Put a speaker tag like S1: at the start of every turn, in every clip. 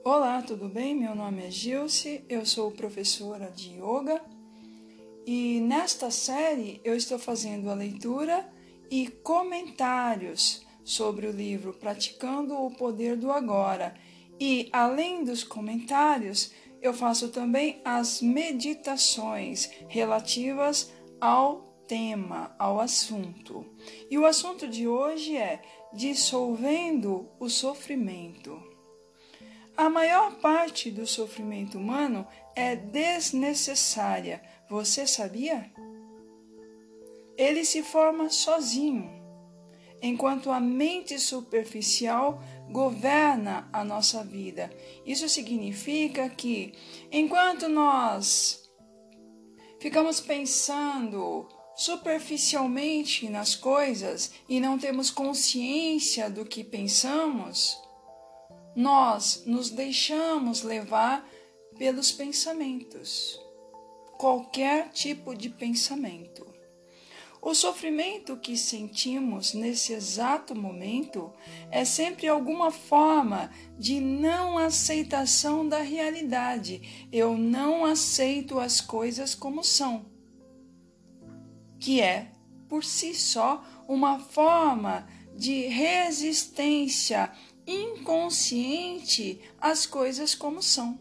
S1: Olá, tudo bem? Meu nome é Gilce, eu sou professora de Yoga e nesta série eu estou fazendo a leitura e comentários sobre o livro Praticando o Poder do Agora. E além dos comentários, eu faço também as meditações relativas ao tema, ao assunto. E o assunto de hoje é dissolvendo o sofrimento. A maior parte do sofrimento humano é desnecessária. Você sabia? Ele se forma sozinho, enquanto a mente superficial governa a nossa vida. Isso significa que, enquanto nós ficamos pensando superficialmente nas coisas e não temos consciência do que pensamos, nós nos deixamos levar pelos pensamentos, qualquer tipo de pensamento. O sofrimento que sentimos nesse exato momento é sempre alguma forma de não aceitação da realidade. Eu não aceito as coisas como são, que é, por si só, uma forma de resistência inconsciente às coisas como são.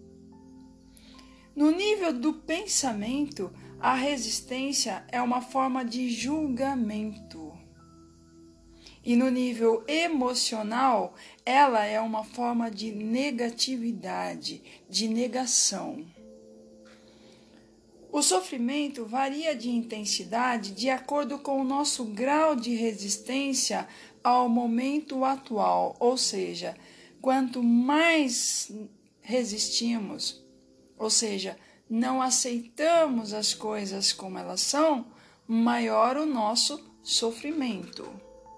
S1: No nível do pensamento, a resistência é uma forma de julgamento. E no nível emocional, ela é uma forma de negatividade, de negação. O sofrimento varia de intensidade de acordo com o nosso grau de resistência ao momento atual, ou seja, quanto mais resistimos, ou seja, não aceitamos as coisas como elas são, maior o nosso sofrimento.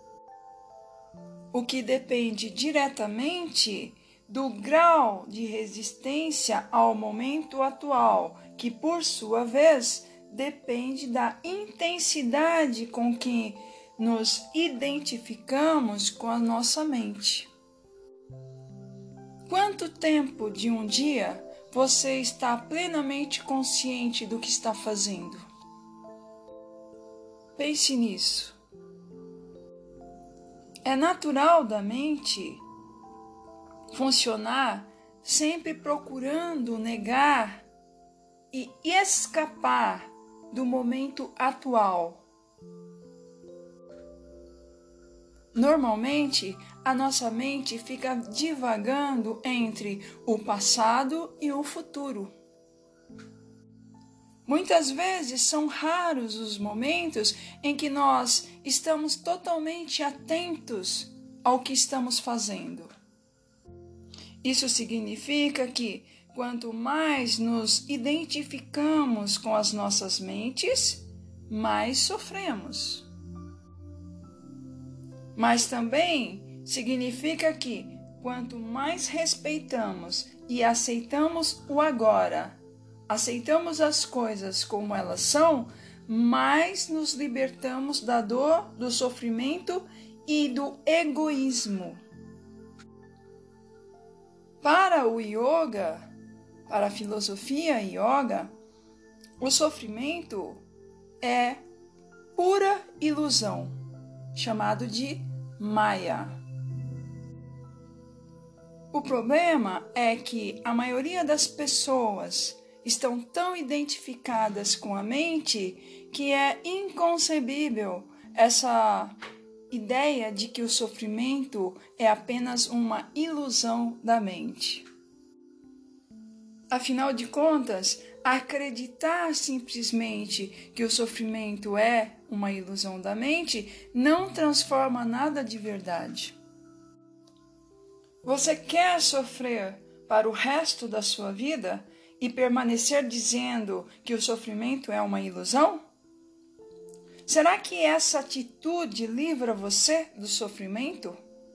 S1: O que depende diretamente do grau de resistência ao momento atual, que por sua vez depende da intensidade com que nos identificamos com a nossa mente. Quanto tempo de um dia você está plenamente consciente do que está fazendo? Pense nisso. É natural da mente funcionar sempre procurando negar e escapar do momento atual. Normalmente, a nossa mente fica divagando entre o passado e o futuro. Muitas vezes são raros os momentos em que nós estamos totalmente atentos ao que estamos fazendo. Isso significa que quanto mais nos identificamos com as nossas mentes, mais sofremos. Mas também significa que quanto mais respeitamos e aceitamos o agora, aceitamos as coisas como elas são, mais nos libertamos da dor, do sofrimento e do egoísmo. Para o yoga, para a filosofia yoga, o sofrimento é pura ilusão, chamado de Maya. O problema é que a maioria das pessoas estão tão identificadas com a mente que é inconcebível essa ideia de que o sofrimento é apenas uma ilusão da mente. Afinal de contas, acreditar simplesmente que o sofrimento é uma ilusão da mente não transforma nada de verdade. Você quer sofrer para o resto da sua vida e permanecer dizendo que o sofrimento é uma ilusão? Será que essa atitude livra você do sofrimento?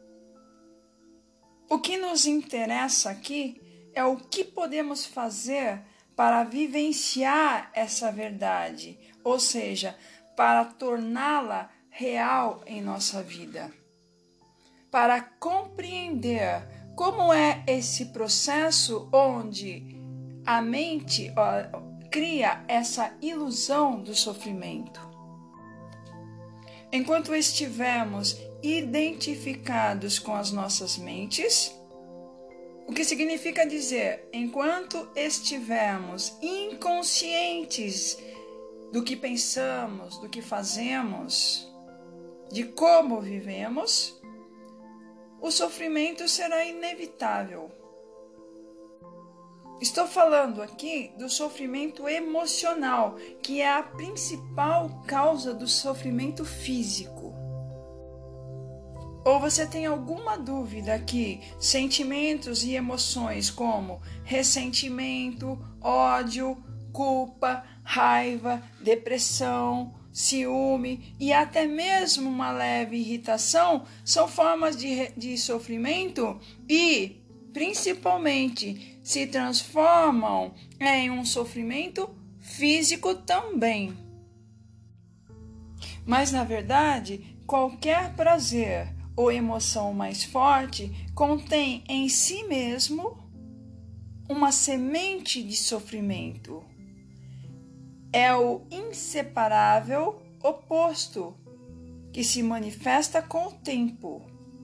S1: O que nos interessa aqui é o que podemos fazer para vivenciar essa verdade, ou seja, para torná-la real em nossa vida. Para compreender Como é esse processo onde a mente cria essa ilusão do sofrimento? Enquanto estivermos identificados com as nossas mentes, o que significa dizer, enquanto estivermos inconscientes do que pensamos, do que fazemos, de como vivemos, o sofrimento será inevitável. Estou falando aqui do sofrimento emocional, que é a principal causa do sofrimento físico. Ou você tem alguma dúvida que sentimentos e emoções como ressentimento, ódio, culpa, raiva, depressão, ciúme e até mesmo uma leve irritação são formas de sofrimento e, principalmente, se transformam em um sofrimento físico também. Mas, na verdade, qualquer prazer ou emoção mais forte contém em si mesmo uma semente de sofrimento. É o inseparável oposto que se manifesta com o tempo.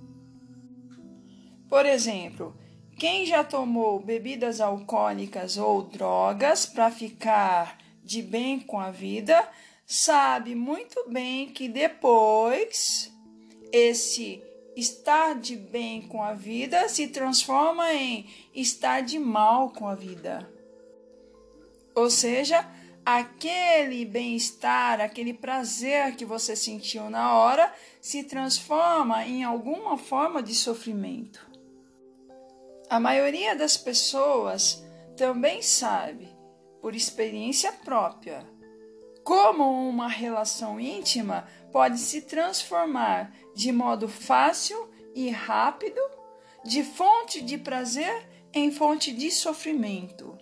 S1: Por exemplo, quem já tomou bebidas alcoólicas ou drogas para ficar de bem com a vida, sabe muito bem que depois esse estar de bem com a vida se transforma em estar de mal com a vida. Ou seja, aquele bem-estar, aquele prazer que você sentiu na hora se transforma em alguma forma de sofrimento. A maioria das pessoas também sabe, por experiência própria, como uma relação íntima pode se transformar de modo fácil e rápido de fonte de prazer em fonte de sofrimento.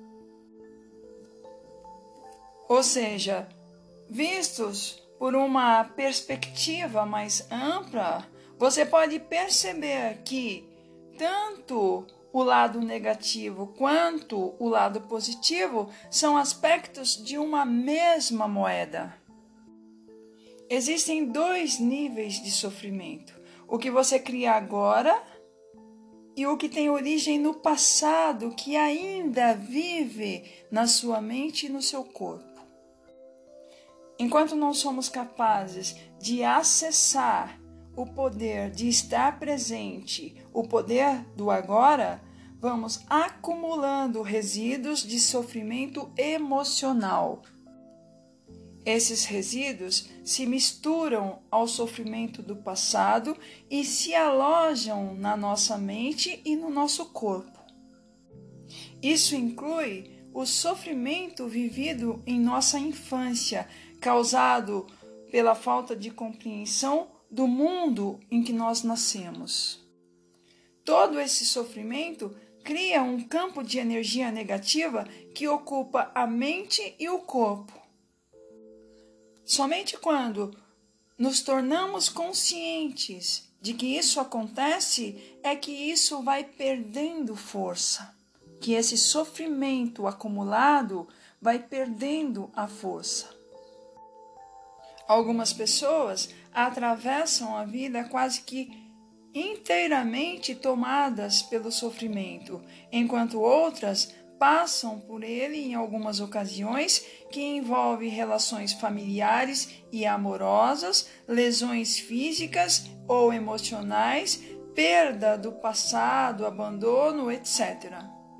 S1: Ou seja, vistos por uma perspectiva mais ampla, você pode perceber que tanto o lado negativo quanto o lado positivo são aspectos de uma mesma moeda. Existem dois níveis de sofrimento: o que você cria agora e o que tem origem no passado, que ainda vive na sua mente e no seu corpo. Enquanto não somos capazes de acessar o poder de estar presente, o poder do agora, vamos acumulando resíduos de sofrimento emocional. Esses resíduos se misturam ao sofrimento do passado e se alojam na nossa mente e no nosso corpo. Isso inclui o sofrimento vivido em nossa infância, causado pela falta de compreensão do mundo em que nós nascemos. Todo esse sofrimento cria um campo de energia negativa que ocupa a mente e o corpo. Somente quando nos tornamos conscientes de que isso acontece é que isso vai perdendo força, que esse sofrimento acumulado vai perdendo a força. Algumas pessoas atravessam a vida quase que inteiramente tomadas pelo sofrimento, enquanto outras passam por ele em algumas ocasiões que envolvem relações familiares e amorosas, lesões físicas ou emocionais, perda do passado, abandono, etc.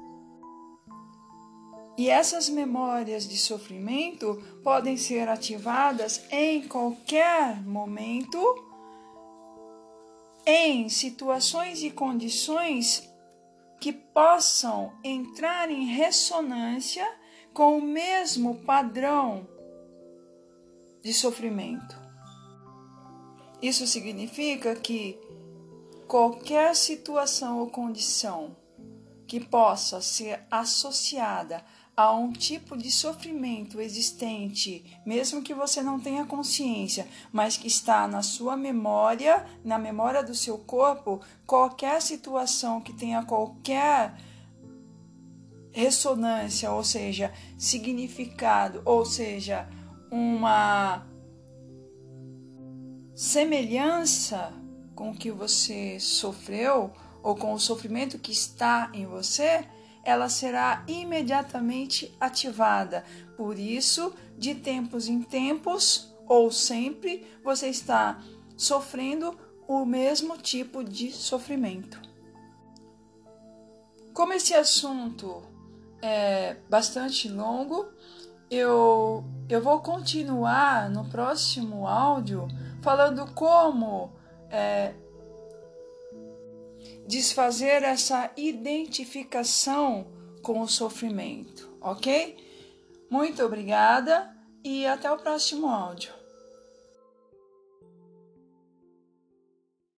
S1: E essas memórias de sofrimento podem ser ativadas em qualquer momento, em situações e condições que possam entrar em ressonância com o mesmo padrão de sofrimento. Isso significa que qualquer situação ou condição que possa ser associada a um tipo de sofrimento existente, mesmo que você não tenha consciência, mas que está na sua memória, na memória do seu corpo, qualquer situação que tenha qualquer ressonância, ou seja, significado, ou seja, uma semelhança com o que você sofreu ou com o sofrimento que está em você, ela será imediatamente ativada. Por isso, de tempos em tempos ou sempre, você está sofrendo o mesmo tipo de sofrimento. Como esse assunto é bastante longo, eu vou continuar no próximo áudio falando como desfazer essa identificação com o sofrimento, ok? Muito obrigada e até o próximo áudio.